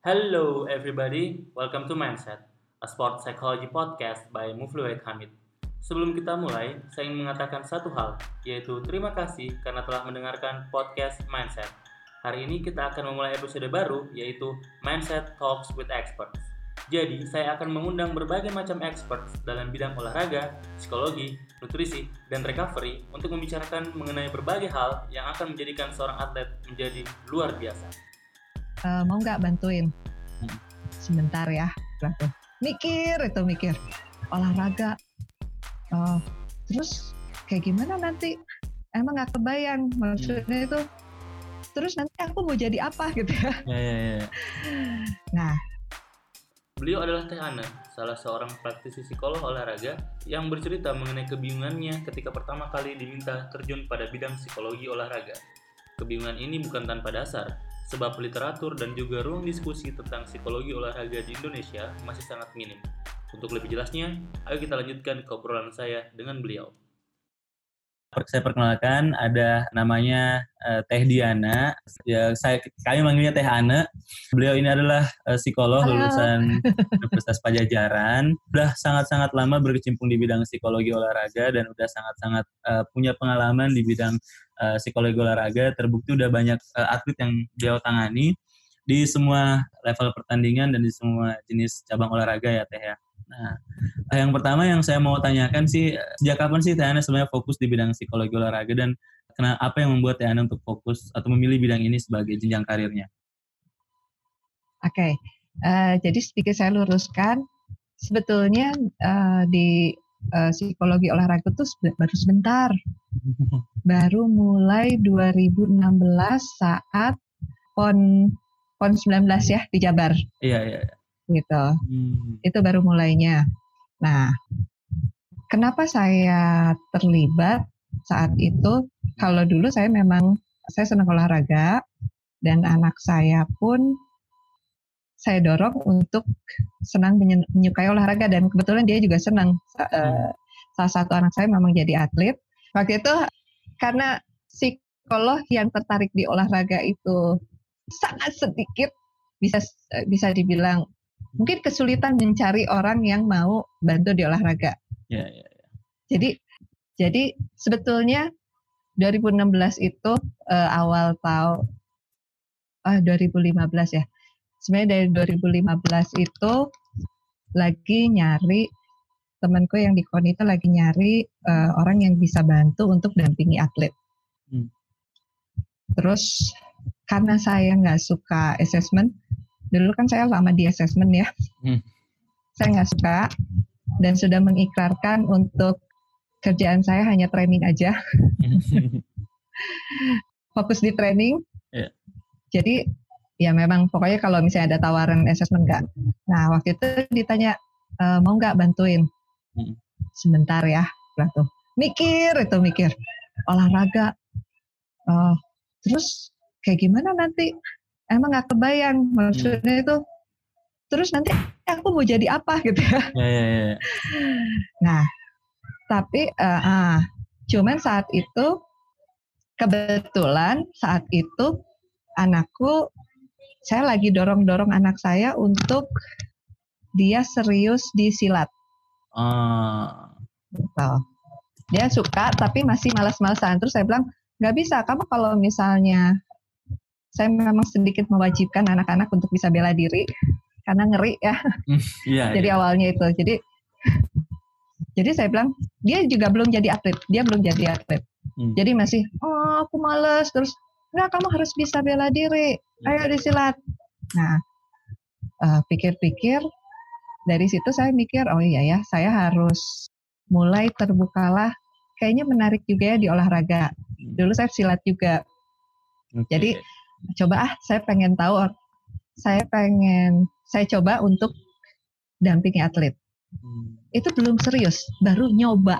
Hello everybody, welcome to Mindset, a sport psychology podcast by Mufluwait Hamid. Sebelum kita mulai, saya ingin mengatakan satu hal, yaitu terima kasih karena telah mendengarkan podcast Mindset. Hari ini kita akan memulai episode baru, yaitu Mindset Talks with Experts. Jadi, saya akan mengundang berbagai macam experts dalam bidang olahraga, psikologi, nutrisi, dan recovery untuk membicarakan mengenai berbagai hal yang akan menjadikan seorang atlet menjadi luar biasa. Mau nggak bantuin? Sebentar ya, mikir olahraga. Terus kayak gimana nanti? Emang nggak kebayang maksudnya itu. Terus nanti aku mau jadi apa gitu ya? Nah, beliau adalah Teh Ana, salah seorang praktisi psikolog olahraga yang bercerita mengenai kebingungannya ketika pertama kali diminta terjun pada bidang psikologi olahraga. Kebingungan ini bukan tanpa dasar, sebab literatur dan juga ruang diskusi tentang psikologi olahraga di Indonesia masih sangat minim. Untuk lebih jelasnya, ayo kita lanjutkan ke obrolan saya dengan beliau. Saya perkenalkan, ada namanya Teh Diana. Ya, kami manggilnya Teh Ana. Beliau ini adalah psikolog lulusan Universitas Padjadjaran. Sudah sangat-sangat lama berkecimpung di bidang psikologi olahraga dan sudah sangat-sangat punya pengalaman di bidang psikologi olahraga. Terbukti udah banyak atlet yang beliau tangani di semua level pertandingan dan di semua jenis cabang olahraga ya Teh ya. Nah, yang pertama yang saya mau tanyakan sih, sejak kapan sih Teh Ana sebenarnya fokus di bidang psikologi olahraga dan apa yang membuat Teh Ana untuk fokus atau memilih bidang ini sebagai jenjang karirnya? Oke. Jadi sedikit saya luruskan, sebetulnya di psikologi olahraga itu baru sebentar. Baru mulai 2016 saat PON 19 ya di Jabar. Iya. Gitu. Itu baru mulainya. Nah, kenapa saya terlibat saat itu? Kalau dulu saya senang olahraga dan anak saya pun saya dorong untuk senang menyukai olahraga dan kebetulan dia juga senang. Salah satu anak saya memang jadi atlet. Waktu itu karena psikolog yang tertarik di olahraga itu sangat sedikit, bisa dibilang mungkin kesulitan mencari orang yang mau bantu di olahraga. Yeah. Jadi sebetulnya 2016 itu awal tahun 2015 ya. Sebenarnya dari 2015 itu lagi nyari, temanku yang di KON itu lagi nyari orang yang bisa bantu untuk dampingi atlet. Terus karena saya nggak suka assessment, dulu kan saya lama di assessment ya, saya nggak suka dan sudah mengikrarkan untuk kerjaan saya hanya training aja, fokus di training. Yeah. Jadi ya memang pokoknya kalau misalnya ada tawaran assessment nggak. Nah waktu itu ditanya mau nggak bantuin? Sebentar ya, mikir olahraga. Terus kayak gimana nanti? Emang nggak kebayang maksudnya itu. Terus nanti aku mau jadi apa gitu ya? Yeah. Nah, tapi cuman saat itu kebetulan anakku, saya lagi dorong anak saya untuk dia serius di silat. Gitu. Dia suka tapi masih malas-malasan. Terus saya bilang nggak bisa. Kamu kalau misalnya, saya memang sedikit mewajibkan anak-anak untuk bisa bela diri karena ngeri ya. Jadi awalnya itu. Jadi saya bilang dia juga belum jadi atlet. Jadi masih aku males. Terus enggak, kamu harus bisa bela diri. Ayo disilat. Nah, pikir-pikir dari situ saya mikir oh iya ya, saya harus mulai terbukalah. Kayaknya menarik juga ya di olahraga. Dulu saya silat juga. Jadi coba saya pengen tahu, saya coba untuk dampingi atlet. Itu belum serius, baru nyoba.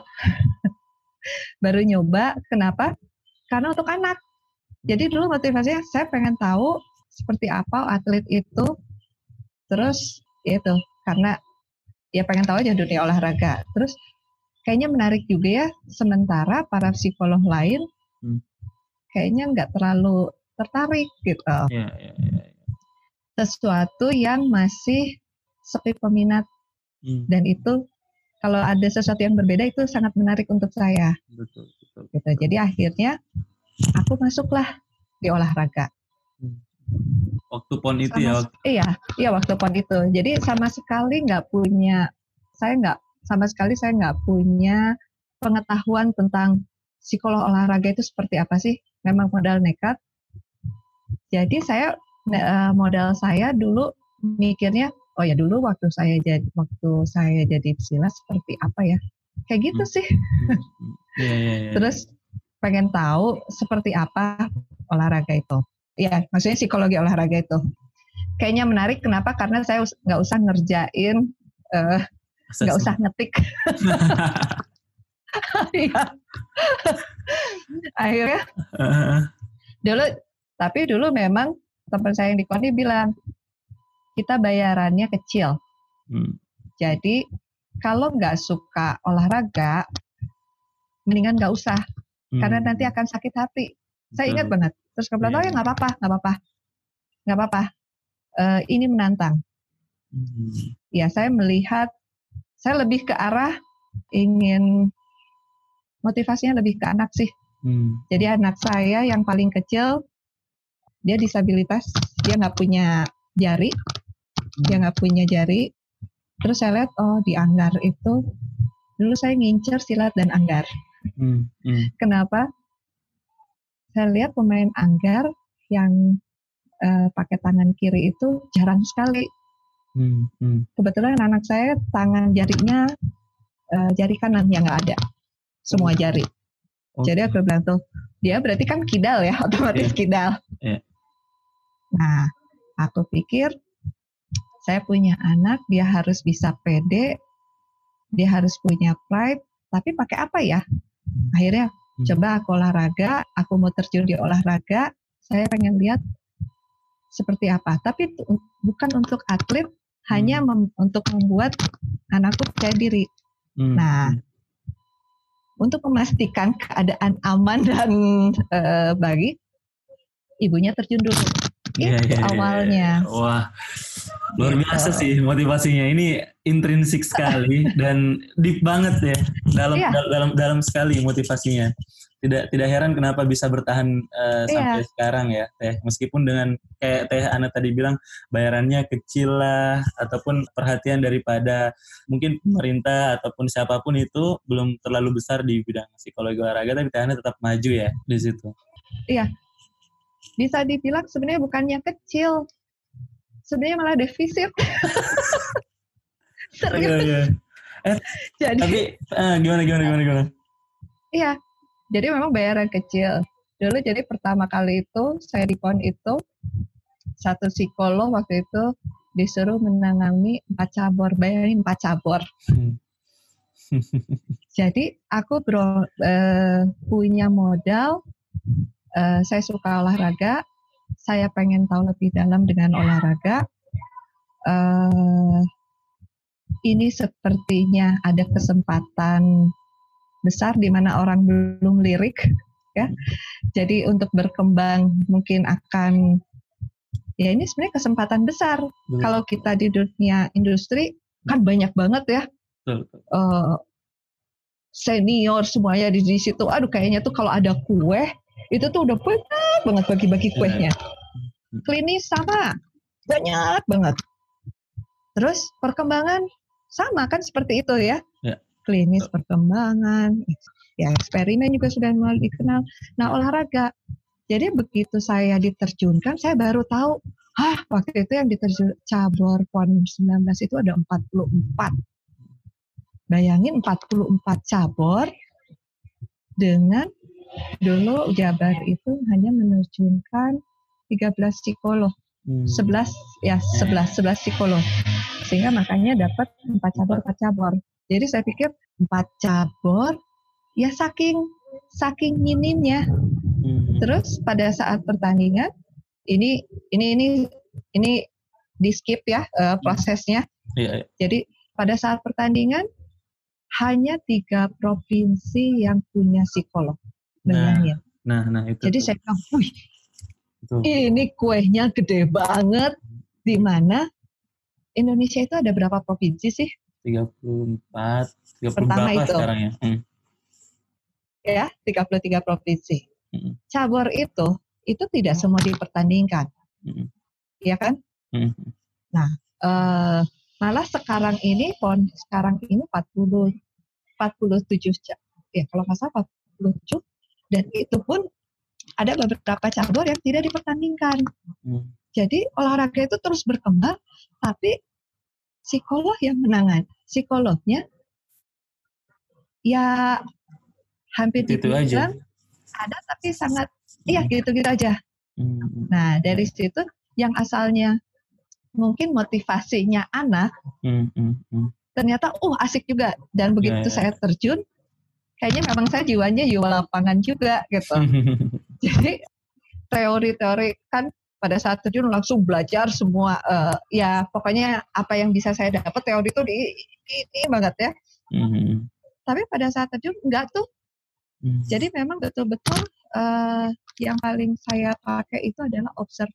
Kenapa? Karena untuk anak. Jadi dulu motivasinya saya pengen tahu seperti apa atlet itu. Terus itu karena ya pengen tahu aja dunia olahraga. Terus kayaknya menarik juga ya, sementara para psikolog lain kayaknya nggak terlalu tertarik gitu. Yeah. sesuatu yang masih sepi peminat, dan itu kalau ada sesuatu yang berbeda itu sangat menarik untuk saya. Betul. Gitu. Jadi akhirnya aku masuklah di olahraga. Waktu PON itu Iya, waktu PON itu. Jadi sama sekali saya nggak punya pengetahuan tentang psikolog olahraga itu seperti apa sih. Memang modal nekat. Jadi modal saya dulu mikirnya, oh ya dulu waktu saya jadi psilas seperti apa ya, kayak gitu sih. Terus pengen tahu seperti apa olahraga itu. Ya, maksudnya psikologi olahraga itu. Kayaknya menarik. Kenapa? Karena saya nggak usah ngerjain, nggak usah ngetik. Iya. Akhirnya dulu memang teman saya yang di Koni bilang kita bayarannya kecil. Jadi kalau nggak suka olahraga, mendingan nggak usah, karena nanti akan sakit hati. Saya ingat banget. Terus kemudian ya nggak apa-apa. Ini menantang. Ya saya lebih ke arah ingin motivasinya lebih ke anak sih. Jadi anak saya yang paling kecil, dia disabilitas, dia nggak punya jari. Terus saya lihat, di Anggar itu, dulu saya ngincer silat dan Anggar. Kenapa? Saya lihat pemain Anggar yang pakai tangan kiri itu jarang sekali. Kebetulan anak saya tangan jarinya jari kanan yang nggak ada, semua jari. Jadi aku bilang tuh, dia berarti kan kidal ya, otomatis kidal. Nah, aku pikir saya punya anak, dia harus bisa pede, dia harus punya pride, tapi pakai apa ya? Akhirnya coba aku olahraga, aku mau terjun di olahraga, saya pengen lihat seperti apa. Tapi bukan untuk atlet, hanya untuk membuat anakku percaya diri. Nah, untuk memastikan keadaan aman dan bagi, ibunya terjun dulu. Itu awalnya. Wah, luar biasa sih motivasinya. Ini intrinsik sekali dan deep banget ya. Dalam sekali motivasinya. Tidak heran kenapa bisa bertahan sampai sekarang ya, Teh. Meskipun dengan kayak Teh Ana tadi bilang bayarannya kecil lah, ataupun perhatian daripada mungkin pemerintah ataupun siapapun itu belum terlalu besar di bidang psikologi olahraga, tapi Teh Ana tetap maju ya di situ. Iya. Bisa dibilang sebenarnya bukannya kecil, sebenarnya malah defisit. Serius. Iya. Tapi gimana? Iya, jadi memang bayaran kecil. Dulu jadi pertama kali itu saya di PON itu, satu psikolog waktu itu disuruh menangani 4 cabur, bayarin 4 cabur. Jadi aku punya modal. Saya suka olahraga, saya pengen tahu lebih dalam dengan olahraga. Ini sepertinya ada kesempatan besar di mana orang belum lirik, ya. Jadi untuk berkembang mungkin akan, ya ini sebenarnya kesempatan besar. Kalau kita di dunia industri kan banyak banget ya. Senior semuanya di situ. Aduh, kayaknya tuh kalau ada kue itu tuh udah banyak banget bagi-bagi kuenya. Klinis sama, banyak banget. Terus perkembangan sama kan seperti itu ya. Klinis, perkembangan, ya eksperimen juga sudah mulai dikenal. Nah, olahraga. Jadi begitu saya diterjunkan, saya baru tahu, waktu itu yang diterjun cabur PON 19 itu ada 44. Bayangin 44 cabur dengan dulu Jabar itu hanya menerjunkan 13 psikolog. 11 psikolog. Sehingga makanya dapat 4 cabur. Jadi saya pikir 4 cabur ya saking minimnya. Terus pada saat pertandingan ini di skip ya prosesnya. Jadi pada saat pertandingan hanya 3 provinsi yang punya psikolog. Bayangin. Nah, itu. Jadi saya bilang, wih, ini kuenya gede banget. di mana Indonesia itu ada berapa provinsi sih? 34, 30 Pertama berapa itu. sekarang ya? Ya, 33 provinsi. Hmm. Cabur itu tidak semua dipertandingkan. Iya kan? Nah, malah sekarang ini 47 ya kalau nggak salah 47, dan itu pun ada beberapa cabur yang tidak dipertandingkan. Jadi olahraga itu terus berkembang, tapi psikolog yang menangani. Psikolognya ya hampir Itu aja. dibilang ada, tapi sangat gitu-gitu aja. Nah, dari situ yang asalnya mungkin motivasinya anak, ternyata asik juga. Dan begitu saya terjun, kayaknya memang saya jiwanya jiwa lapangan juga gitu. Jadi teori-teori kan pada saat terjun langsung belajar semua, ya pokoknya apa yang bisa saya dapat teori itu ini banget ya. Tapi pada saat terjun enggak tuh. Jadi memang betul-betul yang paling saya pakai itu adalah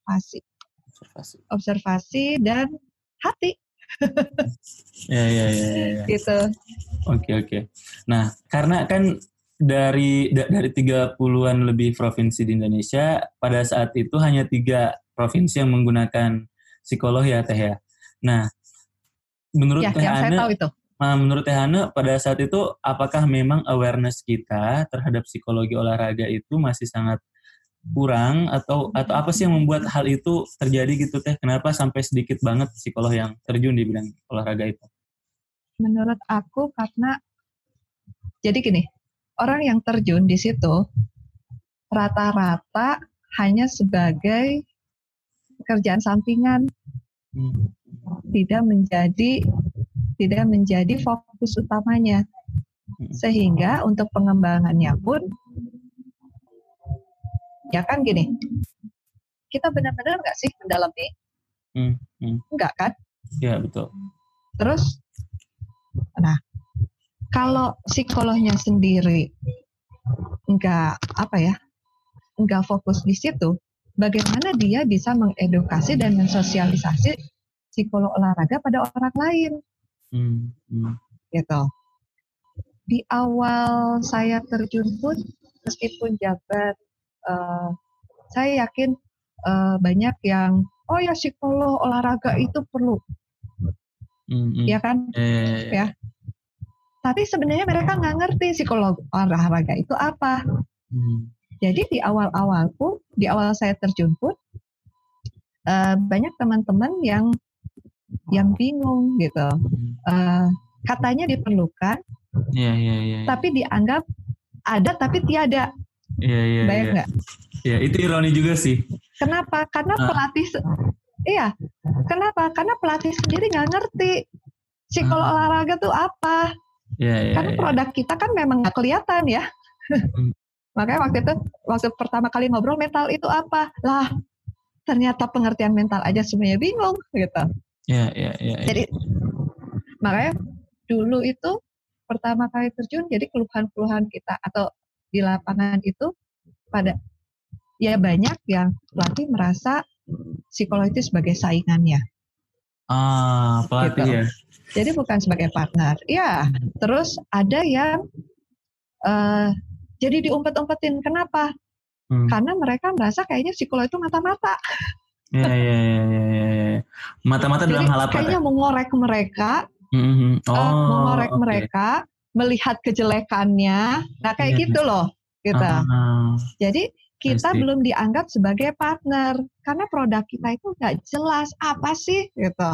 observasi dan hati. Ya. Gitu. Oke. Nah, karena kan dari 30-an lebih provinsi di Indonesia, pada saat itu hanya 3 provinsi yang menggunakan psikolog ya, Teh ya. Nah, menurut Teh Ane, menurut Teh Ane pada saat itu apakah memang awareness kita terhadap psikologi olahraga itu masih sangat kurang, atau apa sih yang membuat hal itu terjadi gitu Teh? Kenapa sampai sedikit banget psikolog yang terjun di bidang olahraga itu? Menurut aku karena jadi gini, orang yang terjun di situ rata-rata hanya sebagai pekerjaan sampingan, tidak menjadi fokus utamanya, sehingga untuk pengembangannya pun ya kan gini, kita benar-benar nggak sih mendalami? Enggak kan? Ya betul. Terus, nah kalau psikolognya sendiri nggak fokus di situ, bagaimana dia bisa mengedukasi dan mensosialisasi psikolog olahraga pada orang lain? Gitu. Di awal saya terjun pun, meskipun jabat, saya yakin banyak yang ya psikolog olahraga itu perlu, ya kan? Ya. Tapi sebenarnya mereka nggak ngerti psikolog olahraga itu apa. Jadi di awal saya terjun pun banyak teman-teman yang bingung gitu. Katanya diperlukan, tapi dianggap ada tapi tiada. Bayang nggak? Ya, itu ironi juga sih. Kenapa? Karena pelatih, kenapa? Karena pelatih sendiri nggak ngerti psikolog olahraga tuh apa. Karena produk kita kan memang nggak kelihatan ya. Makanya waktu pertama kali ngobrol, mental itu apa? Lah, ternyata pengertian mental aja semuanya bingung gitu. Jadi makanya dulu itu pertama kali terjun, jadi keluhan-keluhan kita atau di lapangan itu banyak yang pelatih merasa psikolog itu sebagai saingannya. Pelatih gitu. Ya. Jadi bukan sebagai partner. Ya, terus ada yang jadi diumpet-umpetin. Kenapa? Karena mereka merasa kayaknya psikolog itu mata-mata. Ya. Mata-mata dalam hal apa? Kayaknya mengorek mereka, mereka, melihat kejelekannya. Nah, kayak gitu loh. Gitu. Jadi kita belum dianggap sebagai partner karena produk kita itu nggak jelas apa sih gitu.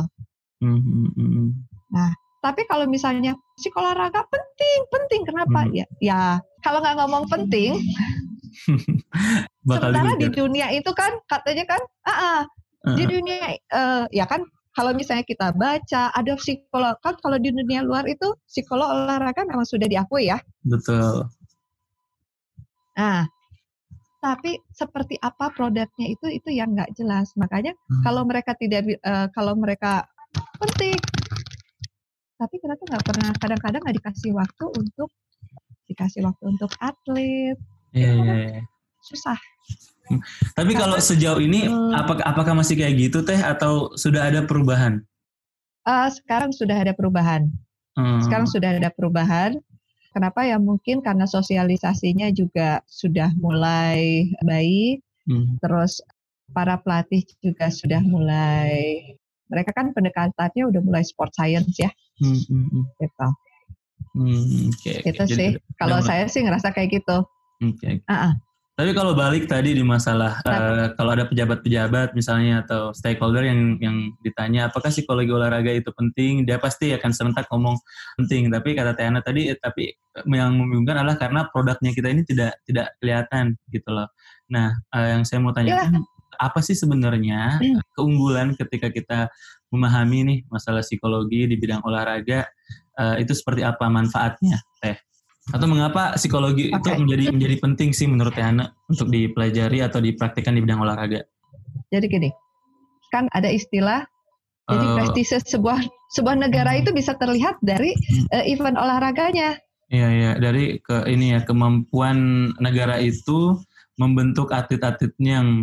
Nah, tapi kalau misalnya psikolog olahraga penting, kenapa? Ya kalau nggak ngomong penting, sementara di dunia itu kan katanya kan, di dunia ya kan kalau misalnya kita baca ada psikolog kan, kalau di dunia luar itu psikolog olahraga memang sudah diakui ya. Betul. Nah, tapi seperti apa produknya itu yang nggak jelas. Makanya kalau mereka kalau mereka penting, tapi kita tuh nggak pernah, kadang-kadang nggak dikasih waktu untuk atlet. Iya. Susah. Tapi kalau sejauh ini apakah masih kayak gitu Teh atau sudah ada perubahan? Sekarang sudah ada perubahan. Sekarang sudah ada perubahan. Kenapa ya? Mungkin karena sosialisasinya juga sudah mulai baik. Terus para pelatih juga sudah mulai, mereka kan pendekatannya udah mulai sport science ya. Gitu. Gitu sih. Kalau saya sih ngerasa kayak gitu. Tapi kalau balik tadi di masalah kalau ada pejabat-pejabat misalnya atau stakeholder yang ditanya apakah psikologi olahraga itu penting, dia pasti akan serentak ngomong penting. Tapi kata Tiana tadi, tapi yang membingungkan adalah karena produknya kita ini tidak kelihatan gitu loh. Nah, yang saya mau tanyakan, apa sih sebenarnya keunggulan ketika kita memahami nih masalah psikologi di bidang olahraga, itu seperti apa manfaatnya, Teh? Atau mengapa psikologi itu menjadi penting sih menurut Tiana untuk dipelajari atau dipraktikkan di bidang olahraga? Jadi gini, kan ada istilah, jadi prestise sebuah negara itu bisa terlihat dari event olahraganya. Iya, dari kemampuan negara itu membentuk atlet-atletnya yang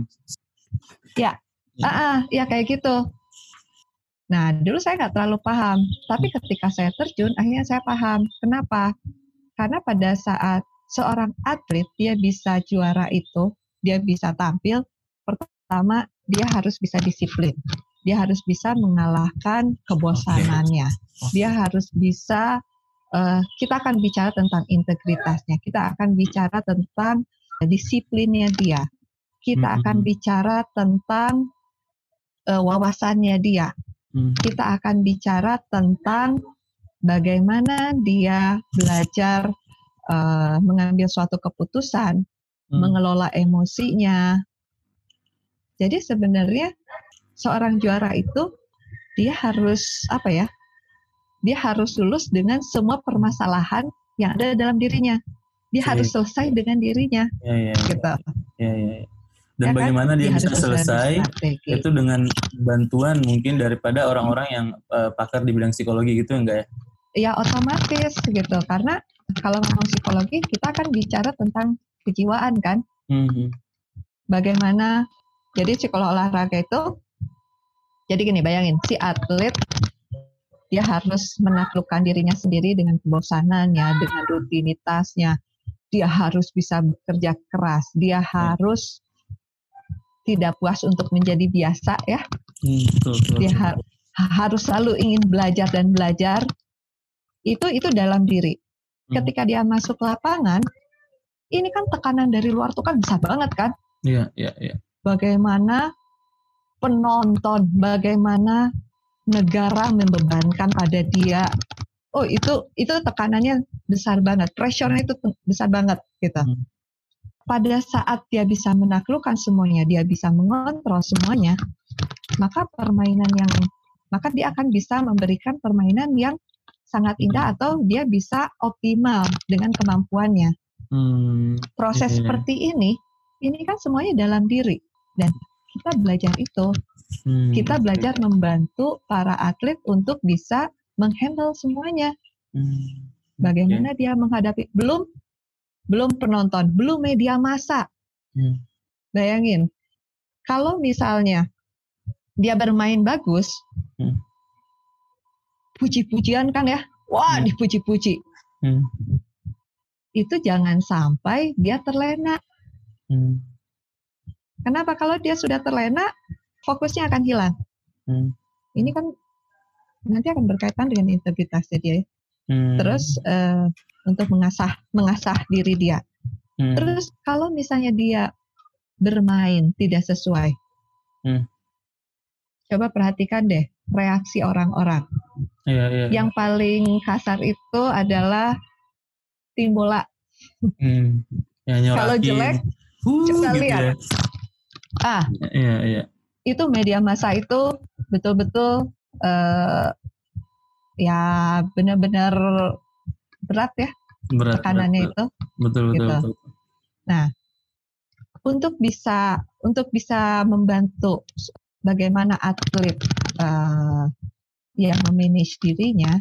ya kayak gitu. Nah, dulu saya nggak terlalu paham, tapi ketika saya terjun, akhirnya saya paham. Kenapa? Karena pada saat seorang atlet dia bisa juara itu, dia bisa tampil, pertama dia harus bisa disiplin. Dia harus bisa mengalahkan kebosanannya. Dia harus bisa, kita akan bicara tentang integritasnya, kita akan bicara tentang disiplinnya dia. Kita akan bicara tentang wawasannya dia. Kita akan bicara tentang bagaimana dia belajar mengambil suatu keputusan, mengelola emosinya. Jadi sebenarnya seorang juara itu dia harus dia harus lulus dengan semua permasalahan yang ada dalam dirinya. Dia harus selesai dengan dirinya. Gitu. Dan bagaimana dia bisa selesai itu dengan bantuan mungkin daripada orang-orang yang pakar di bidang psikologi gitu enggak ya? Ya otomatis gitu, karena kalau ngomong psikologi kita akan bicara tentang kejiwaan kan. Bagaimana, jadi psikolog olahraga itu, jadi gini, bayangin si atlet dia harus menaklukkan dirinya sendiri dengan kebosanannya, dengan rutinitasnya, dia harus bisa bekerja keras, dia harus tidak puas untuk menjadi biasa ya. Dia harus selalu ingin belajar dan belajar. Itu dalam diri. Ketika dia masuk lapangan, ini kan tekanan dari luar tuh kan besar banget kan? Iya. Bagaimana penonton, bagaimana negara membebankan pada dia. Oh, itu tekanannya besar banget, pressure-nya itu besar banget gitu. Pada saat dia bisa menaklukkan semuanya, dia bisa mengontrol semuanya, maka dia akan bisa memberikan permainan yang sangat indah atau dia bisa optimal dengan kemampuannya. Proses seperti ini kan semuanya dalam diri dan kita belajar itu. Kita belajar membantu para atlet untuk bisa menghandle semuanya. Bagaimana dia menghadapi belum penonton, belum media massa. Bayangin, kalau misalnya dia bermain bagus, puji-pujian kan ya, wah dipuji-puji. Itu jangan sampai dia terlena. Kenapa? Kalau dia sudah terlena, fokusnya akan hilang. Ini kan nanti akan berkaitan dengan integritasnya dia. Terus untuk mengasah diri dia. Terus kalau misalnya dia bermain tidak sesuai, coba perhatikan deh reaksi orang-orang. Yang paling kasar itu adalah tim bola. Kalau jelek, coba gitu lihat. Itu media massa itu betul-betul ya benar-benar berat ya tekanannya itu. Betul. Nah, untuk bisa membantu bagaimana atlet yang memanage dirinya.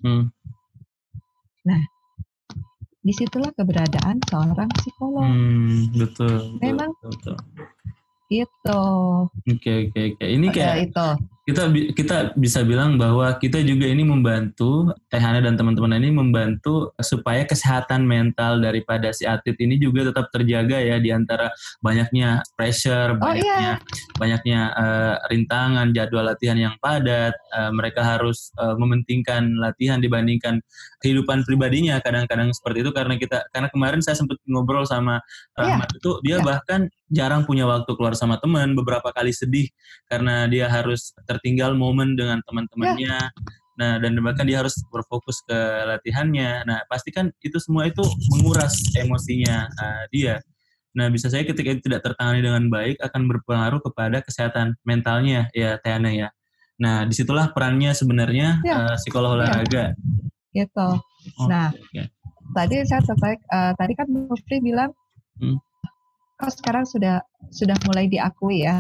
Nah, disitulah keberadaan seorang psikolog. Betul. Memang Gitu. Oke. Ini kayak Itu. kita bisa bilang bahwa kita juga ini membantu Teh Hana dan teman-teman ini membantu supaya kesehatan mental daripada si atlet ini juga tetap terjaga ya, di antara banyaknya pressure, banyaknya rintangan jadwal latihan yang padat. Mereka harus mementingkan latihan dibandingkan kehidupan pribadinya. Kadang-kadang seperti itu karena kemarin saya sempat ngobrol sama Rahmat itu dia bahkan jarang punya waktu keluar sama teman, beberapa kali sedih karena dia harus tertinggal momen dengan teman-temannya. Nah, dan bahkan dia harus berfokus ke latihannya. Nah, pastikan itu semua itu menguras emosinya dia. Nah, bisa saya ketika itu tidak tertangani dengan baik akan berpengaruh kepada kesehatan mentalnya ya, Tiana ya. Nah, disitulah perannya sebenarnya psikolog olahraga. Gitu. Nah, tadi saya tertarik. Tadi kan Mufti bilang, sekarang sudah mulai diakui ya.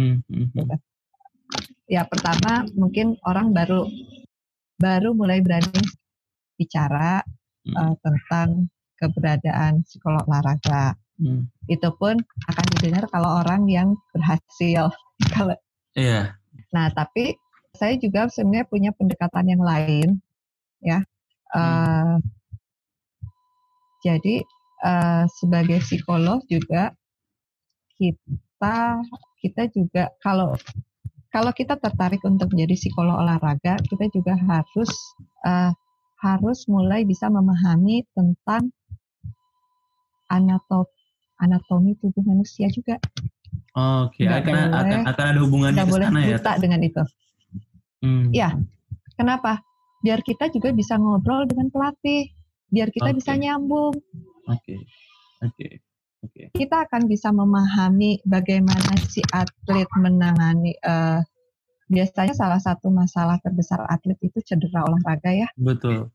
Ya, pertama mungkin orang baru mulai berani bicara tentang keberadaan psikolog olahraga. Itu pun akan didengar kalau orang yang berhasil. Nah, tapi saya juga sebenarnya punya pendekatan yang lain, ya. Jadi sebagai psikolog juga kita juga kalau kita tertarik untuk menjadi psikolog olahraga, kita juga harus mulai bisa memahami tentang anatomi tubuh manusia juga. Oke, akan ada hubungannya ke sana ya. Nggak boleh buta dengan itu. Ya, kenapa? Biar kita juga bisa ngobrol dengan pelatih, biar kita bisa nyambung. Oke. Kita akan bisa memahami bagaimana si atlet menangani. Biasanya salah satu masalah terbesar atlet itu cedera olahraga ya. Betul.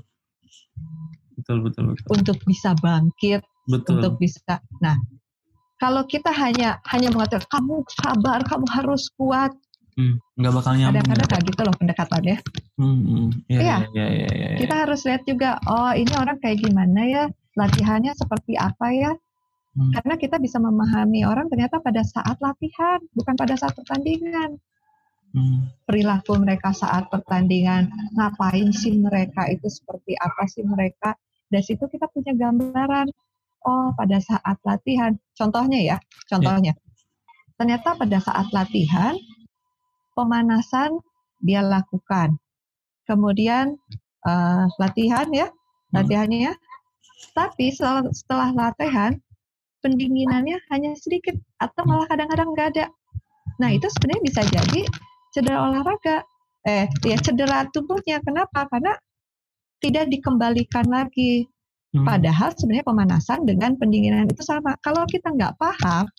Untuk bisa bangkit, betul. Untuk bisa. Nah, kalau kita hanya mengatakan kamu sabar, kamu harus kuat, nggak bakal nyambung. Kadang-kadang kayak gitu loh pendekatannya. Iya. Kita harus lihat juga, ini orang kayak gimana ya, latihannya seperti apa ya. Karena kita bisa memahami orang ternyata pada saat latihan, bukan pada saat pertandingan. Perilaku mereka saat pertandingan, ngapain sih mereka itu, seperti apa sih mereka. Dari situ kita punya gambaran, pada saat latihan, contohnya. Ternyata pada saat latihan, pemanasan dia lakukan. Kemudian latihannya ya. Tapi setelah latihan, pendinginannya hanya sedikit atau malah kadang-kadang nggak ada. Nah, itu sebenarnya bisa jadi cedera olahraga. Cedera tubuhnya. Kenapa? Karena tidak dikembalikan lagi. Padahal sebenarnya pemanasan dengan pendinginan itu sama. Kalau kita nggak paham,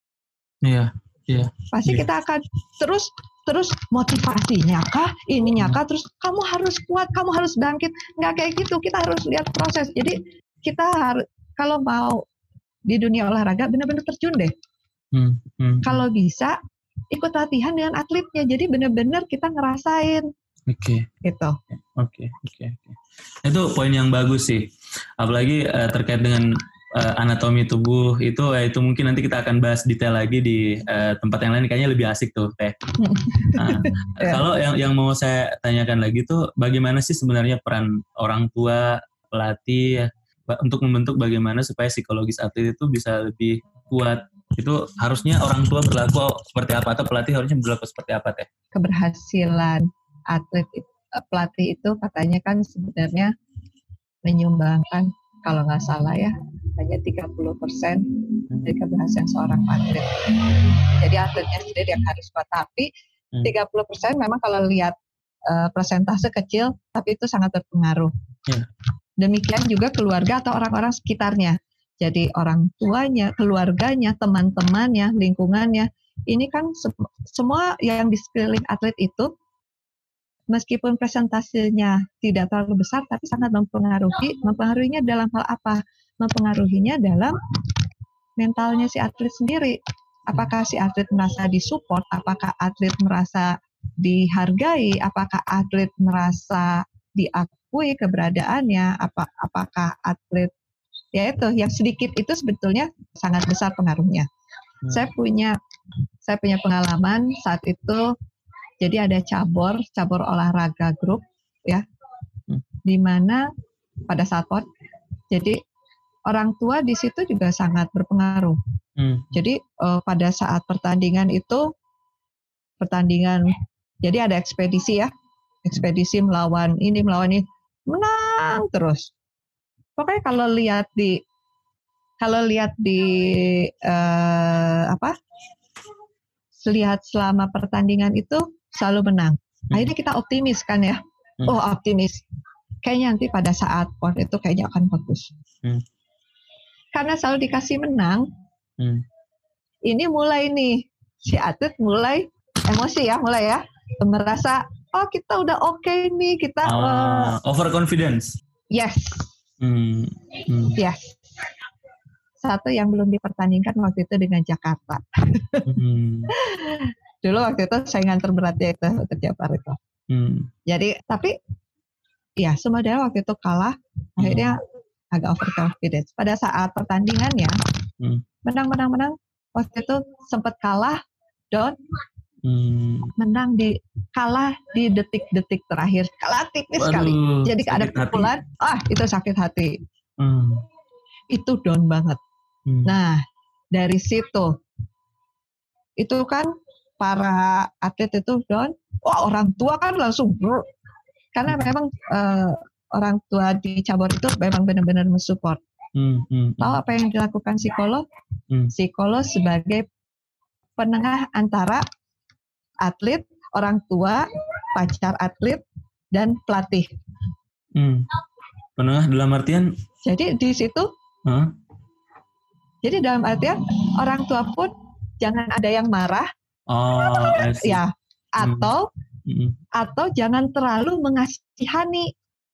pasti kita akan terus motivasinya kah, ininya kah, terus kamu harus kuat, kamu harus bangkit. Nggak kayak gitu. Kita harus lihat proses. Jadi kita harus, kalau mau di dunia olahraga benar-benar terjun deh. Kalau bisa ikut latihan dengan atletnya. Jadi benar-benar kita ngerasain. Gitu. Oke. Itu poin yang bagus sih. Apalagi terkait dengan anatomi tubuh itu mungkin nanti kita akan bahas detail lagi di tempat yang lain, kayaknya lebih asik tuh, Teh. Kalau yang mau saya tanyakan lagi tuh, bagaimana sih sebenarnya peran orang tua, pelatih untuk membentuk bagaimana supaya psikologis atlet itu bisa lebih kuat? Itu harusnya orang tua berlaku seperti apa, atau pelatih harusnya berlaku seperti apa, Teh? Keberhasilan pelatih itu katanya kan sebenarnya menyumbangkan, kalau nggak salah ya, hanya 30% dari keberhasilan seorang atlet. Jadi atletnya sendiri yang harus kuat, tapi 30% memang kalau lihat persentase kecil, tapi itu sangat berpengaruh. Demikian juga keluarga atau orang-orang sekitarnya. Jadi orang tuanya, keluarganya, teman-temannya, lingkungannya. Ini kan semua yang di sekeliling atlet itu, meskipun presentasenya tidak terlalu besar, tapi sangat mempengaruhinya dalam hal apa? Mempengaruhinya dalam mentalnya si atlet sendiri. Apakah si atlet merasa disupport? Apakah atlet merasa dihargai? Apakah atlet merasa diakui keberadaannya? Apakah atlet, ya itu, yang sedikit itu sebetulnya sangat besar pengaruhnya. Saya punya Saya punya pengalaman saat itu, jadi ada cabur olahraga grup ya, di mana pada saat PON, jadi orang tua di situ juga sangat berpengaruh. Jadi pada saat pertandingan, jadi ada ekspedisi ya, ekspedisi melawan ini, menang terus. Pokoknya kalau lihat lihat selama pertandingan itu selalu menang. Akhirnya kita optimis kan ya. Optimis. Kayaknya nanti pada saat PON itu kayaknya akan bagus. Karena selalu dikasih menang. Ini mulai nih, si atlet mulai emosi ya, merasa kita udah oke nih, kita overconfidence. Yes. Yes. Satu yang belum dipertandingkan waktu itu dengan Jakarta. Dulu waktu itu saingan terberatnya itu untuk Jabar itu. Jadi tapi ya semua daerah waktu itu kalah, akhirnya agak overconfidence. Pada saat pertandingannya menang, waktu itu sempat kalah, menang kalah di detik-detik terakhir, kalah tipis sekali. Jadi ada pukulan, itu sakit hati. Itu down banget. Nah, dari situ, itu kan para atlet itu down, orang tua kan langsung, karena memang orang tua di cabur itu memang benar-benar mensupport. Tahu apa yang dilakukan psikolog? Psikolog sebagai penengah antara atlet, orang tua, pacar atlet, dan pelatih. Penengah dalam artian? Jadi di situ, jadi dalam artian orang tua pun jangan ada yang marah, ya, atau jangan terlalu mengasihani.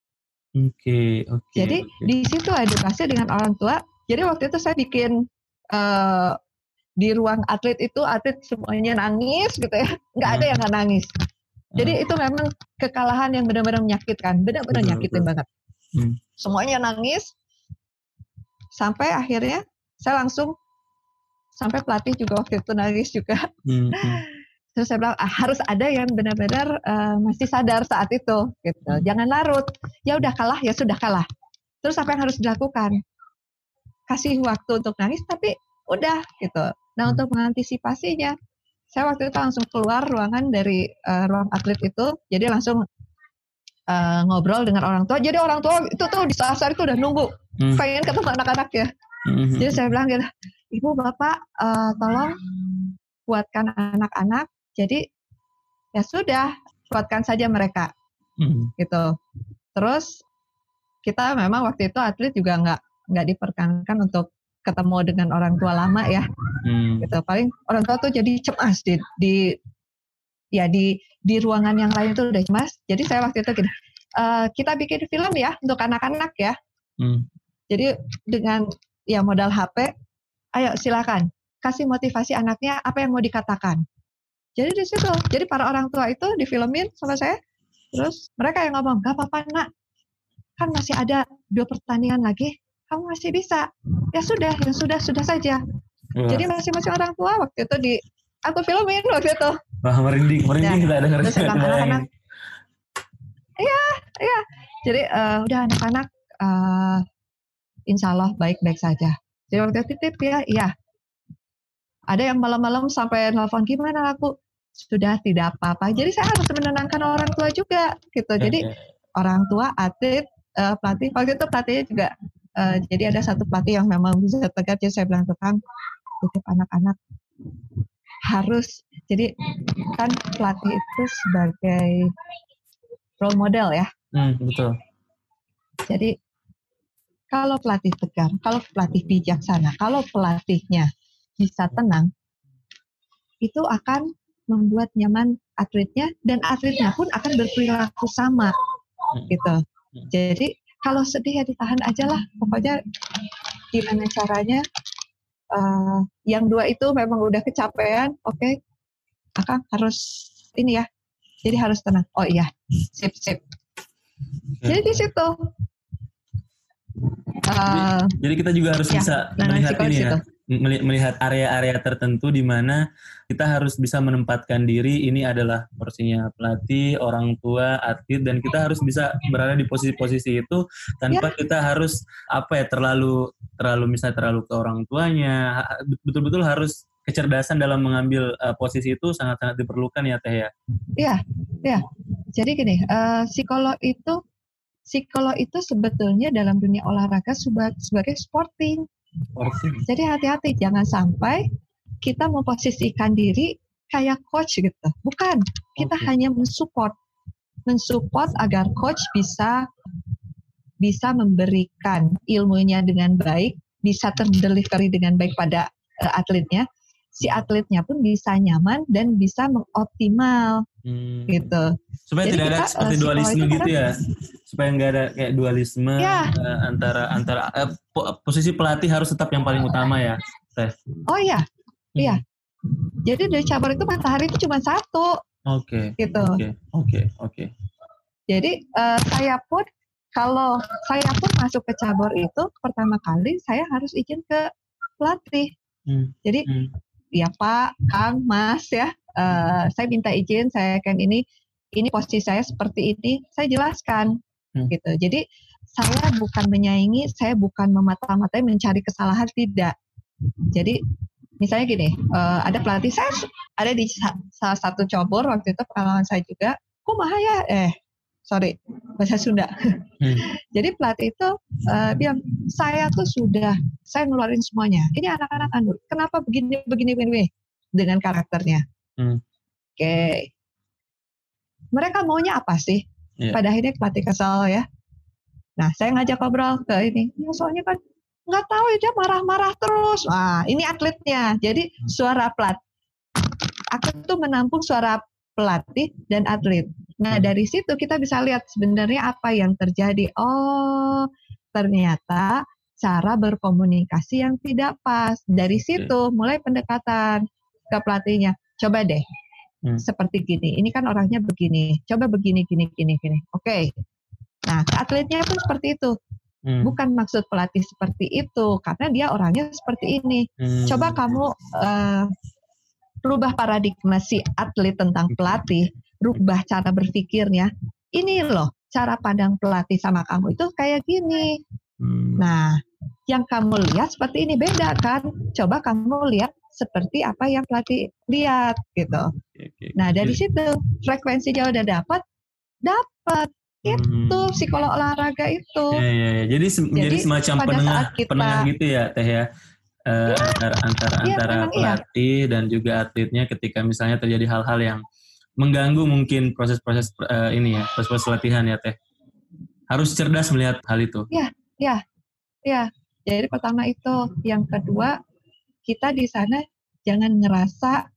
Jadi di situ edukasi dengan orang tua. Jadi waktu itu saya bikin di ruang atlet itu, atlet semuanya nangis gitu ya, nggak ada yang nggak nangis. Jadi itu memang kekalahan yang benar-benar menyakitkan, benar-benar nyakitin banget. Semuanya nangis, sampai akhirnya saya langsung, sampai pelatih juga waktu itu nangis juga. Terus saya bilang harus ada yang benar-benar masih sadar saat itu, gitu. Jangan larut. Ya udah kalah, ya sudah kalah. Terus apa yang harus dilakukan? Kasih waktu untuk nangis, tapi udah gitu. Nah untuk mengantisipasinya, saya waktu itu langsung keluar ruangan dari ruang atlet itu, jadi langsung ngobrol dengan orang tua. Jadi orang tua itu tuh di saat itu udah nunggu, pengen ketemu anak-anak ya. Jadi saya bilang gitu, Ibu Bapak tolong kuatkan anak-anak. Jadi ya sudah, kuatkan saja mereka, gitu. Terus kita memang waktu itu atlet juga nggak diperkenankan untuk ketemu dengan orang tua lama ya, gitu. Paling orang tua tuh jadi cemas di ruangan yang lain tuh udah cemas. Jadi saya waktu itu gini, kita bikin film ya untuk anak-anak ya. Jadi dengan ya modal HP, ayo silakan kasih motivasi anaknya apa yang mau dikatakan. Jadi di situ, jadi para orang tua itu difilmin sama saya, terus mereka yang ngomong, gak apa-apa nak, kan masih ada 2 pertandingan lagi, kamu masih bisa. Ya sudah, yang sudah saja. Jadi masing-masing orang tua waktu itu aku filmin waktu itu. Wah, merinding kita dengar. Terus anak-anak, iya. Jadi udah anak-anak, insya Allah baik-baik saja. Jadi waktu itu titip ya, iya. Ada yang malam-malam sampai nelfon, gimana aku? Sudah tidak apa-apa. Jadi saya harus menenangkan orang tua juga, gitu. Jadi orang tua, atlet, pelatih. Waktu itu pelatihnya juga. Jadi ada satu pelatih yang memang bisa tegar. Jadi saya bilang tukang, titip anak-anak harus. Jadi kan pelatih itu sebagai role model ya. Betul. Jadi kalau pelatih tegar, kalau pelatih bijaksana, kalau pelatihnya bisa tenang, itu akan membuat nyaman atletnya, dan atletnya pun akan berperilaku sama, gitu. Jadi kalau sedih ya ditahan aja lah, pokoknya gimana caranya. Yang 2 itu memang udah kecapean, oke, Akang harus ini ya, jadi harus tenang. Oh iya, sip. Jadi di situ. Jadi kita juga harus bisa melihat ini ya. melihat area-area tertentu di mana kita harus bisa menempatkan diri, ini adalah porsinya pelatih, orang tua, atlet, dan kita harus bisa berada di posisi-posisi itu tanpa kita harus terlalu misalnya terlalu ke orang tuanya. Betul-betul harus kecerdasan dalam mengambil posisi itu sangat-sangat diperlukan ya Teh ya. Iya. Jadi gini, psikolog itu sebetulnya dalam dunia olahraga sebagai sporting. Jadi hati-hati, jangan sampai kita memposisikan diri kayak coach gitu. Bukan, kita hanya mensupport agar coach bisa memberikan ilmunya dengan baik, bisa terdelivery dengan baik pada atletnya. Si atletnya pun bisa nyaman dan bisa mengoptimal gitu. Supaya jadi tidak ada seperti dualisme gitu ya. Supaya nggak ada kayak dualisme antara posisi pelatih harus tetap yang paling utama ya, Teh. Oh iya. Iya. Jadi dari cabur itu matahari itu cuma satu. Gitu. Oke. Jadi saya pun masuk ke cabur itu pertama kali saya harus izin ke pelatih. Jadi ya Pak, Kang, Mas ya, saya minta izin, saya kan ini posisi saya seperti ini, saya jelaskan gitu. Jadi saya bukan menyaingi, saya bukan memata-matai mencari kesalahan, tidak. Jadi misalnya gini, ada pelatih saya ada di salah satu cabur waktu itu pengalaman saya juga, kumaha ya, sorry bahasa Sunda. Jadi pelatih itu bilang, saya ngeluarin semuanya. Ini anak-anak kenapa begini dengan karakternya. Oke. Mereka maunya apa sih? Pada akhirnya pelatih kesal ya. Nah, saya ngajak ngobrol ke ini. Ya, soalnya kan nggak tahu dia marah-marah terus. Wah, ini atletnya. Jadi suara pelatih. Aku tuh menampung suara pelatih dan atlet. Nah, dari situ kita bisa lihat sebenarnya apa yang terjadi. Oh, ternyata cara berkomunikasi yang tidak pas. Dari situ mulai pendekatan ke pelatihnya. Coba deh, seperti gini. Ini kan orangnya begini. Coba begini, gini. Oke. Nah, atletnya pun seperti itu. Bukan maksud pelatih seperti itu, karena dia orangnya seperti ini. Coba kamu rubah paradigma si atlet tentang pelatih, rubah cara berpikirnya. Ini loh, cara pandang pelatih sama kamu itu kayak gini. Nah, yang kamu lihat seperti ini, beda kan? Coba kamu lihat seperti apa yang pelatih lihat gitu. Nah, dari situ frekuensinya udah dapat. Itu psikolog olahraga itu. Jadi semacam penengah gitu ya Teh ya. Antara pelatih dan juga atletnya ketika misalnya terjadi hal-hal yang mengganggu mungkin proses-proses proses latihan ya Teh. Harus cerdas melihat hal itu. Ya. Jadi pertama itu, yang kedua kita di sana jangan ngerasa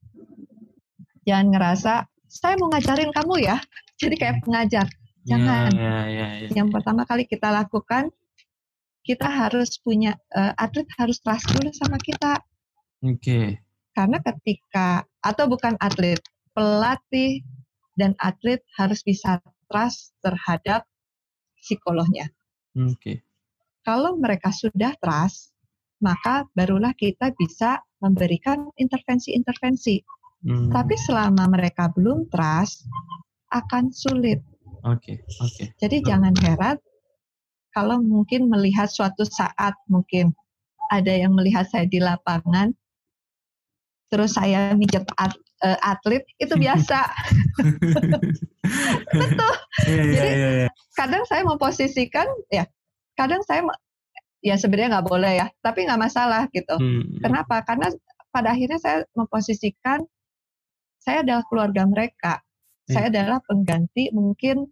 saya mau ngajarin kamu ya. Jadi kayak pengajar. Jangan. Yang pertama kali kita lakukan, kita harus punya atlet harus trust dulu sama kita. Karena bukan atlet, pelatih dan atlet harus bisa trust terhadap psikolognya. Kalau mereka sudah trust, maka barulah kita bisa memberikan intervensi-intervensi. Tapi selama mereka belum trust, akan sulit. Jadi jangan heran kalau mungkin melihat suatu saat mungkin ada yang melihat saya di lapangan, terus saya mijet atlet, itu biasa. Betul. Jadi kadang saya memposisikan, kadang saya sebenarnya nggak boleh ya, tapi nggak masalah gitu. Kenapa? Karena pada akhirnya saya memposisikan saya adalah keluarga mereka. Saya adalah pengganti mungkin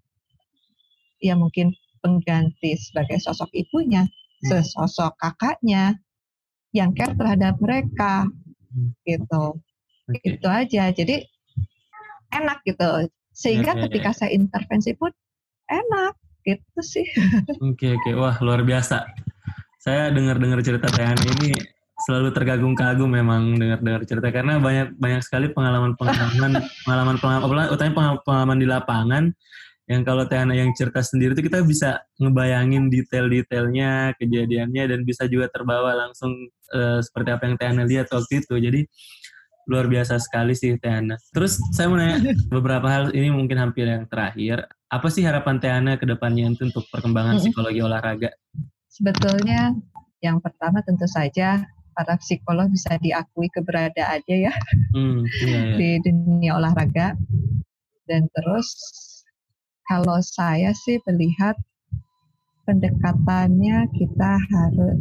pengganti sebagai sosok ibunya, sosok kakaknya yang care terhadap mereka gitu. Itu aja. Jadi enak gitu. Sehingga ketika saya intervensi pun enak gitu sih. Oke. Wah, luar biasa. Saya dengar cerita Teh Hana ini selalu terkagum-kagum memang dengar cerita, karena banyak sekali pengalaman di lapangan Yang kalau Teh Ana yang cerita sendiri tuh kita bisa ngebayangin detail-detailnya, kejadiannya, dan bisa juga terbawa langsung seperti apa yang Teh Ana lihat waktu itu. Jadi luar biasa sekali sih Teh Ana. Terus saya mau nanya beberapa hal, ini mungkin hampir yang terakhir. Apa sih harapan Teh Ana ke depannya untuk perkembangan psikologi olahraga? Sebetulnya yang pertama tentu saja para psikolog bisa diakui keberadaannya ya Iya. di dunia olahraga. Dan terus kalau saya sih melihat pendekatannya kita harus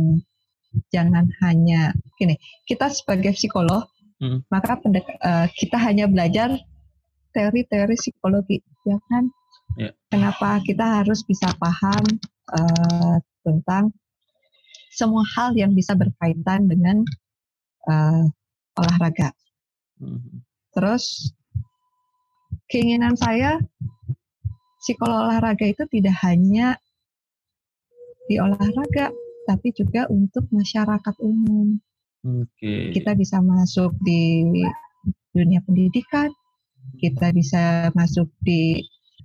jangan hanya gini, kita sebagai psikolog maka kita hanya belajar teori-teori psikologi, ya kan? Yeah. Kenapa kita harus bisa paham tentang semua hal yang bisa berkaitan dengan olahraga. Terus keinginan saya psikolog olahraga itu tidak hanya di olahraga, tapi juga untuk masyarakat umum. Kita bisa masuk di dunia pendidikan, kita bisa masuk di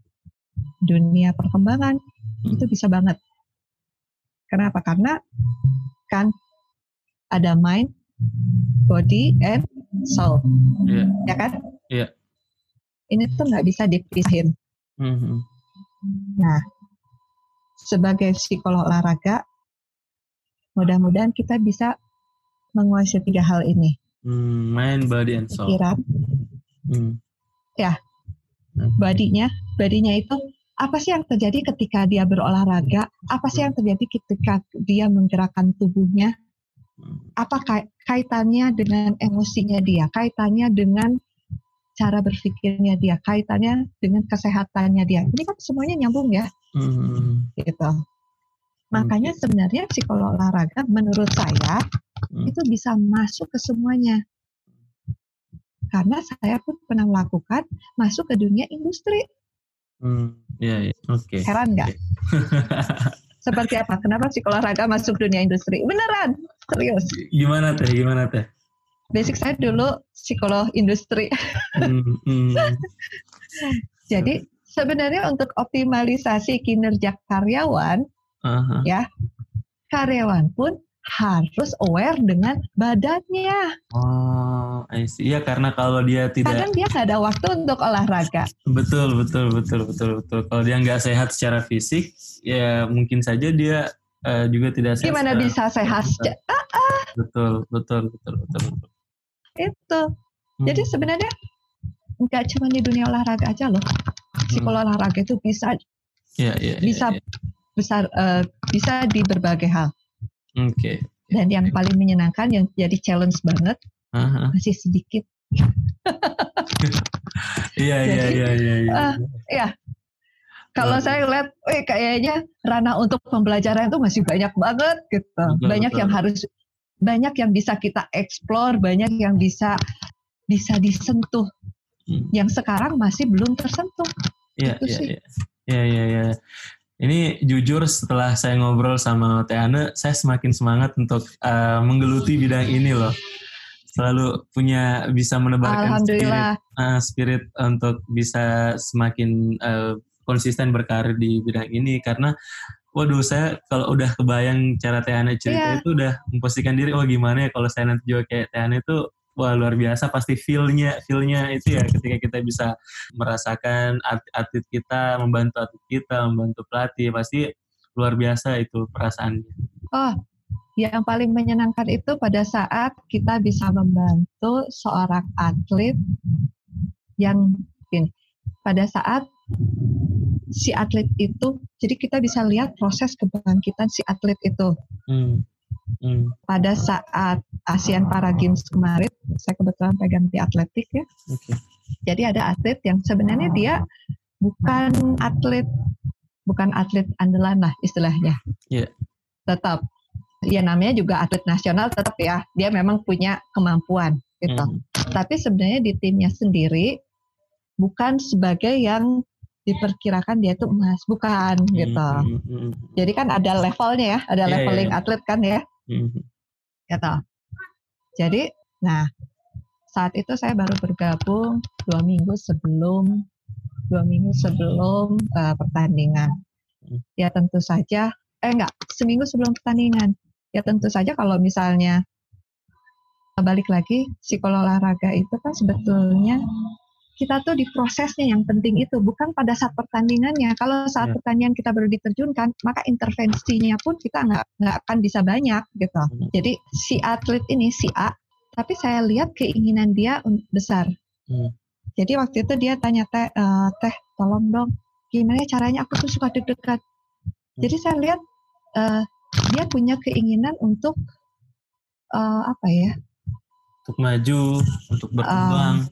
dunia perkembangan, itu bisa banget. Kenapa? Karena kan ada mind, body, and soul, ya kan? Yeah. Ini tuh nggak bisa dipisahin. Nah, sebagai psikolog olahraga, mudah-mudahan kita bisa menguasai 3 hal ini. Mind, body, and soul. Pikiran, ya, bodinya itu apa sih yang terjadi ketika dia berolahraga? Apa sih yang terjadi ketika dia menggerakkan tubuhnya? Apa kaitannya dengan emosinya dia? Kaitannya dengan cara berpikirnya dia? Kaitannya dengan kesehatannya dia? Ini kan semuanya nyambung ya. Gitu. Makanya sebenarnya psikolog olahraga menurut saya itu bisa masuk ke semuanya. Karena saya pun pernah melakukan masuk ke dunia industri. Heran nggak? Seperti apa? Kenapa psikolog olahraga masuk dunia industri? Beneran, serius. Gimana teh? Basic saya dulu psikolog industri. Jadi sebenarnya untuk optimalisasi kinerja karyawan, ya karyawan pun harus aware dengan badannya. Oh, I see. Iya, karena kalau dia tidak, kadang dia nggak ada waktu untuk olahraga. Betul. Kalau dia nggak sehat secara fisik, ya mungkin saja dia juga tidak sehat. Gimana bisa sehat? Betul. Itu. Jadi sebenarnya nggak cuma di dunia olahraga aja loh. Psikolog olahraga itu bisa besar, bisa di berbagai hal. Dan yang paling menyenangkan, yang jadi challenge banget, masih sedikit. Iya. Kalau saya lihat, kayaknya ranah untuk pembelajaran itu masih banyak banget gitu. Banyak yang bisa kita explore, banyak yang bisa disentuh. Yang sekarang masih belum tersentuh. Iya. Ini jujur setelah saya ngobrol sama Teh Ana, saya semakin semangat untuk menggeluti bidang ini loh. Selalu bisa menebarkan spirit untuk bisa semakin konsisten berkarir di bidang ini. Karena saya kalau udah kebayang cara Teh Ana cerita itu udah memposisikan diri, gimana ya kalau saya nanti juga kayak Teh Ana itu, luar biasa pasti feel-nya itu ya, ketika kita bisa merasakan atlet kita, membantu pelatih, pasti luar biasa itu perasaannya. Yang paling menyenangkan itu pada saat kita bisa membantu seorang atlet yang pada saat si atlet itu, jadi kita bisa lihat proses kebangkitan si atlet itu. Pada saat Asian Para Games kemarin, saya kebetulan pegang di atletik ya. Jadi ada atlet yang sebenarnya dia bukan atlet andalan lah istilahnya. Tetap, ya namanya juga atlet nasional, tetap ya dia memang punya kemampuan gitu. Tapi sebenarnya di timnya sendiri bukan sebagai yang diperkirakan dia itu emas, bukan gitu. Jadi kan ada levelnya ya, ada leveling atlet kan ya. Gitu. Jadi, saat itu saya baru bergabung 2 minggu sebelum 2 minggu sebelum pertandingan. Ya tentu saja, seminggu sebelum pertandingan. Ya tentu saja kalau misalnya balik lagi, psikolog olahraga itu kan sebetulnya kita tuh di prosesnya yang penting itu, bukan pada saat pertandingannya. Kalau saat pertandingan kita baru diterjunkan, maka intervensinya pun kita nggak akan bisa banyak gitu. Jadi si atlet ini, si A, tapi saya lihat keinginan dia besar. Jadi waktu itu dia tanya, teh tolong dong, gimana caranya aku tuh suka deg-degan. Jadi saya lihat dia punya keinginan untuk untuk maju, untuk berkembang.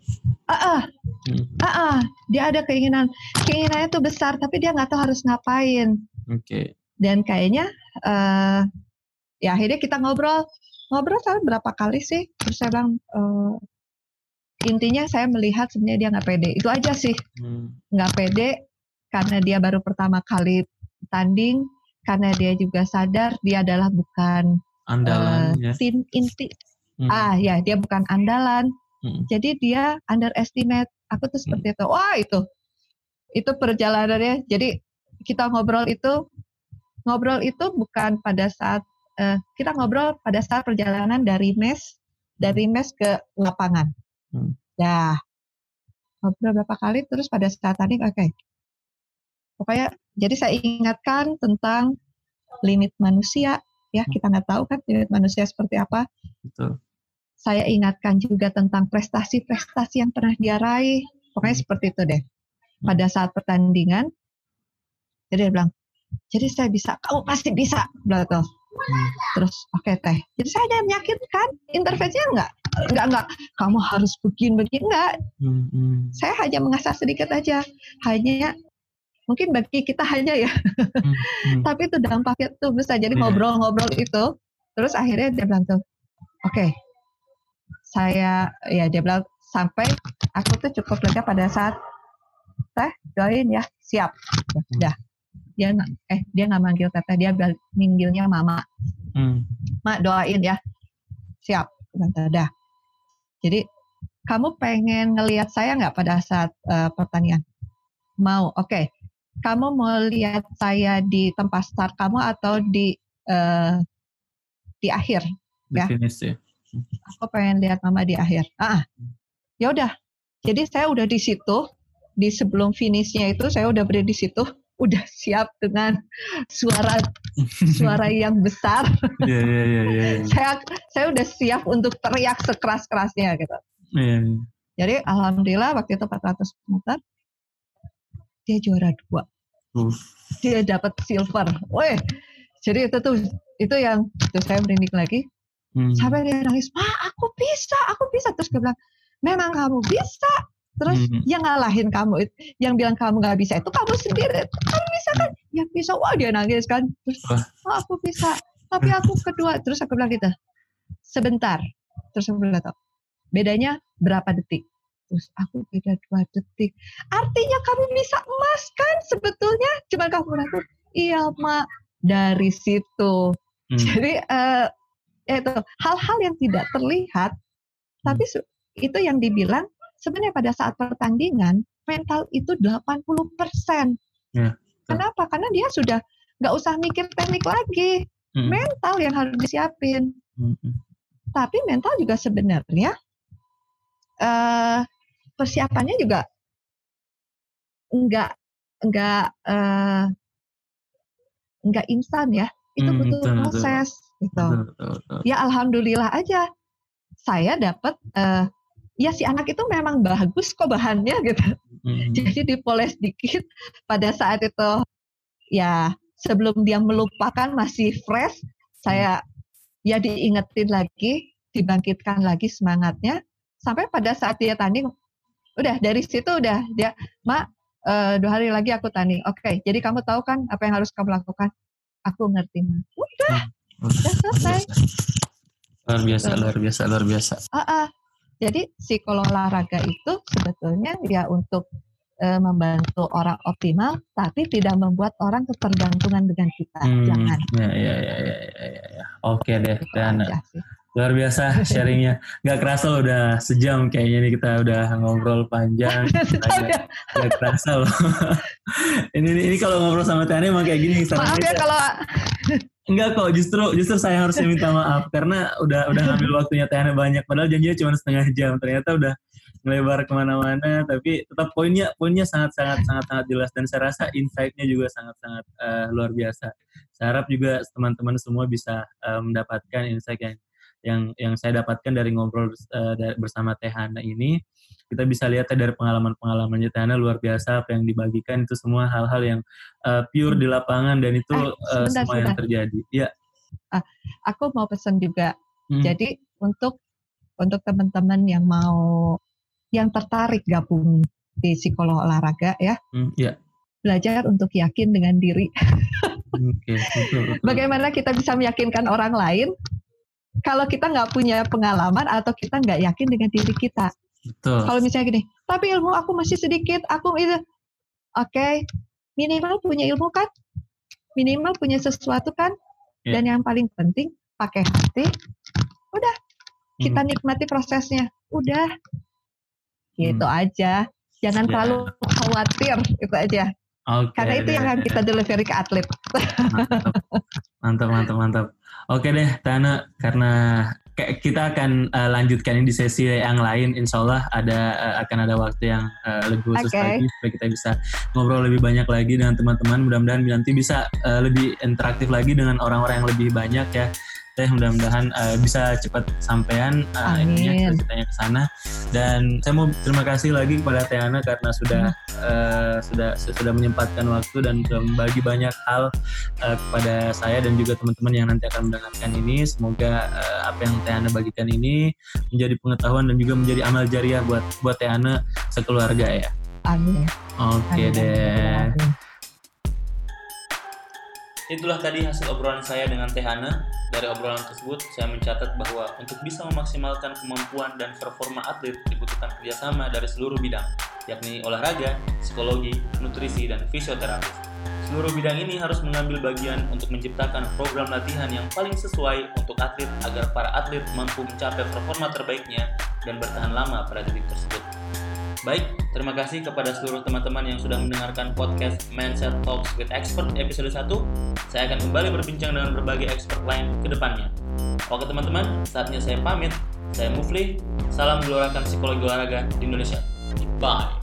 Dia ada keinginannya tuh besar, tapi dia nggak tahu harus ngapain. Oke. Dan kayaknya ya akhirnya kita ngobrol sampai berapa kali sih, terus saya bilang intinya saya melihat sebenarnya dia nggak pede, itu aja sih. Nggak pede karena dia baru pertama kali tanding, karena dia juga sadar dia adalah bukan andalan tim inti. Dia bukan andalan. Jadi dia underestimate. Aku tuh seperti itu. Wah, itu perjalanannya. Jadi kita ngobrol itu bukan pada saat kita ngobrol pada saat perjalanan dari mes ke lapangan. Ya, ngobrol berapa kali, terus pada saat tanding, oke. Pokoknya, jadi saya ingatkan tentang limit manusia. Ya, kita nggak tahu kan limit manusia seperti apa. Betul. Saya ingatkan juga tentang prestasi-prestasi yang pernah dia raih. Pokoknya seperti itu deh. Pada saat pertandingan, jadi dia bilang, jadi saya bisa, kamu pasti bisa. Betul. Terus, oke teh. Jadi saya ada meyakinkan, intervensinya enggak, kamu harus begini, enggak. Saya hanya mengasah sedikit aja. Hanya, mungkin bagi kita hanya ya. Tapi itu dampaknya tuh besar. Jadi ngobrol-ngobrol itu, terus akhirnya dia bilang tuh, oke. Dia bilang sampai aku tuh cukup lega pada saat teh doain ya, siap. Udah. Dia nggak manggil teteh, dia manggilnya mama. Mak doain ya, siap. Udah. Jadi kamu pengen ngelihat saya nggak pada saat pertandingan? Mau, oke. Kamu mau lihat saya di tempat start kamu atau di akhir? Ya. Aku pengen lihat mama di akhir. Ya udah. Jadi saya udah di situ, di sebelum finishnya itu saya udah berada di situ, udah siap dengan suara yang besar. Saya udah siap untuk teriak sekeras-kerasnya gitu. Jadi alhamdulillah waktu itu 400 meter dia juara 2. Dia dapat silver. Weh. Jadi itu yang saya merinding lagi. Sampai dia nangis, aku bisa. Terus dia bilang, memang kamu bisa. Terus yang ngalahin kamu, yang bilang kamu gak bisa itu kamu sendiri. Kamu bisa kan? Ya bisa. Wah, dia nangis kan. Terus, aku bisa. Tapi aku kedua. Terus aku bilang gitu, sebentar. Terus aku bilang, bedanya berapa detik? Terus aku beda 2 detik. Artinya kamu bisa emas kan sebetulnya. Cuma kamu bilang, iya mak. Dari situ. Jadi, itu hal-hal yang tidak terlihat, tapi itu yang dibilang sebenarnya pada saat pertandingan mental itu 80%. Kenapa? Karena dia sudah nggak usah mikir teknik lagi, mental yang harus disiapin. Tapi mental juga sebenarnya persiapannya juga nggak instan ya. Itu butuh proses gitu. Betul. Ya alhamdulillah aja saya dapat ya si anak itu memang bagus kok bahannya gitu. Jadi dipoles dikit pada saat itu ya sebelum dia melupakan masih fresh, saya ya diingetin lagi, dibangkitkan lagi semangatnya sampai pada saat dia tanding udah dari situ udah dia, Mak 2 hari lagi aku tanding. Oke, jadi kamu tahu kan apa yang harus kamu lakukan? Aku ngerti. Udah selesai. Luar biasa. Jadi psikolog olahraga itu sebetulnya ya untuk membantu orang optimal, tapi tidak membuat orang ketergantungan dengan kita. Jangan. Ya. Oke deh, Dan. Luar biasa sharingnya. Gak kerasa loh udah sejam kayaknya nih kita udah ngobrol panjang. Gak kerasa loh. ini kalau ngobrol sama Tiana emang kayak gini. Maaf ya kalau enggak kok, justru saya harusnya minta maaf karena udah ngambil waktunya Tiana banyak. Padahal janjinya cuma setengah jam. Ternyata udah ngelebar kemana-mana. Tapi tetap poinnya sangat jelas dan saya rasa insight-nya juga sangat luar biasa. Saya harap juga teman-teman semua bisa mendapatkan insight yang saya dapatkan dari ngobrol bersama Teh Hana ini. Kita bisa lihat dari pengalaman-pengalamannya Teh Hana luar biasa, apa yang dibagikan itu semua hal-hal yang pure di lapangan dan itu semua yang terjadi. Ya. Aku mau pesan juga. Jadi untuk teman-teman yang tertarik gabung di psikolog olahraga ya. Ya. Belajar untuk yakin dengan diri. Okay, betul. Bagaimana kita bisa meyakinkan orang lain kalau kita nggak punya pengalaman atau kita nggak yakin dengan diri kita. Betul. Kalau misalnya gini, tapi ilmu aku masih sedikit, aku itu, oke, minimal punya ilmu kan, minimal punya sesuatu kan, dan yang paling penting pakai hati, udah, kita nikmati prosesnya, udah, gitu aja, jangan terlalu khawatir, itu aja. Okay, karena itu yang akan kita delivery ke atlet. Mantap. Oke deh, Tana, karena kita akan lanjutkan ini di sesi yang lain. Insya Allah akan ada waktu yang lebih khusus lagi supaya kita bisa ngobrol lebih banyak lagi dengan teman-teman. Mudah-mudahan nanti bisa lebih interaktif lagi dengan orang-orang yang lebih banyak ya. Mudah-mudahan bisa cepat sampean ininya ceritanya ke sana. Dan saya mau terima kasih lagi kepada Tiana karena sudah menyempatkan waktu dan sudah membagi banyak hal kepada saya dan juga teman-teman yang nanti akan mendengarkan ini. Semoga apa yang Tiana bagikan ini menjadi pengetahuan dan juga menjadi amal jariah buat Tiana sekeluarga ya. Amin. Oke deh. Itulah tadi hasil obrolan saya dengan Teh Hana. Dari obrolan tersebut, saya mencatat bahwa untuk bisa memaksimalkan kemampuan dan performa atlet dibutuhkan kerjasama dari seluruh bidang, yakni olahraga, psikologi, nutrisi, dan fisioterapis. Seluruh bidang ini harus mengambil bagian untuk menciptakan program latihan yang paling sesuai untuk atlet agar para atlet mampu mencapai performa terbaiknya dan bertahan lama pada titik tersebut. Baik, terima kasih kepada seluruh teman-teman yang sudah mendengarkan podcast Mindset Talks with Expert episode 1. Saya akan kembali berbincang dengan berbagai expert lain ke depannya. Oke teman-teman, saatnya saya pamit. Saya Mufli, salam gelorakan psikologi olahraga di Indonesia. Bye.